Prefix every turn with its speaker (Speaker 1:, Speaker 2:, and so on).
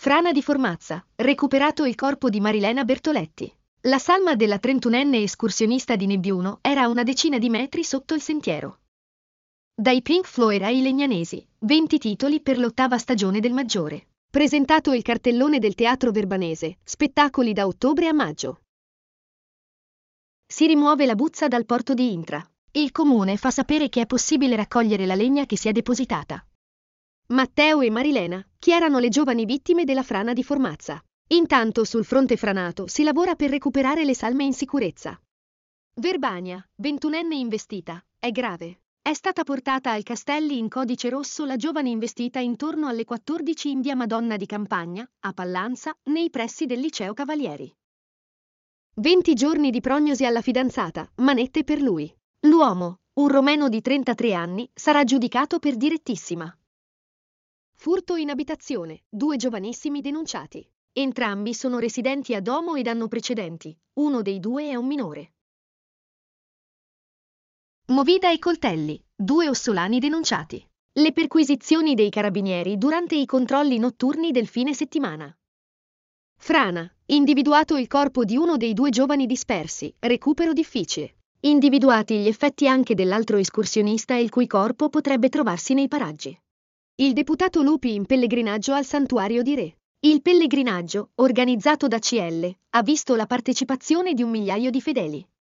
Speaker 1: Frana di Formazza, recuperato il corpo di Marilena Bertoletti. La salma della 31enne escursionista di Nebbiuno era a una decina di metri sotto il sentiero. Dai Pink Floyd ai Legnanesi, 20 titoli per l'8ª stagione del Maggiore. Presentato il cartellone del Teatro Verbanese, spettacoli da ottobre a maggio. Si rimuove la buzza dal porto di Intra. Il comune fa sapere che è possibile raccogliere la legna che si è depositata. Matteo e Marilena, chi erano le giovani vittime della frana di Formazza? Intanto sul fronte franato si lavora per recuperare le salme in sicurezza. Verbania, 21enne investita, è grave. È stata portata al Castelli in codice rosso la giovane investita intorno alle 14 in via Madonna di Campagna, a Pallanza, nei pressi del liceo Cavalieri. 20 giorni di prognosi alla fidanzata, manette per lui. L'uomo, un romeno di 33 anni, sarà giudicato per direttissima. Furto in abitazione, 2 giovanissimi denunciati. Entrambi sono residenti a Domo ed hanno precedenti, uno dei 2 è un minore. Movida e coltelli, 2 ossolani denunciati. Le perquisizioni dei carabinieri durante i controlli notturni del fine settimana. Frana, individuato il corpo di uno dei 2 giovani dispersi, recupero difficile. Individuati gli effetti anche dell'altro escursionista il cui corpo potrebbe trovarsi nei paraggi. Il deputato Lupi in pellegrinaggio al Santuario di Re. Il pellegrinaggio, organizzato da CL, ha visto la partecipazione di 1 migliaio di fedeli.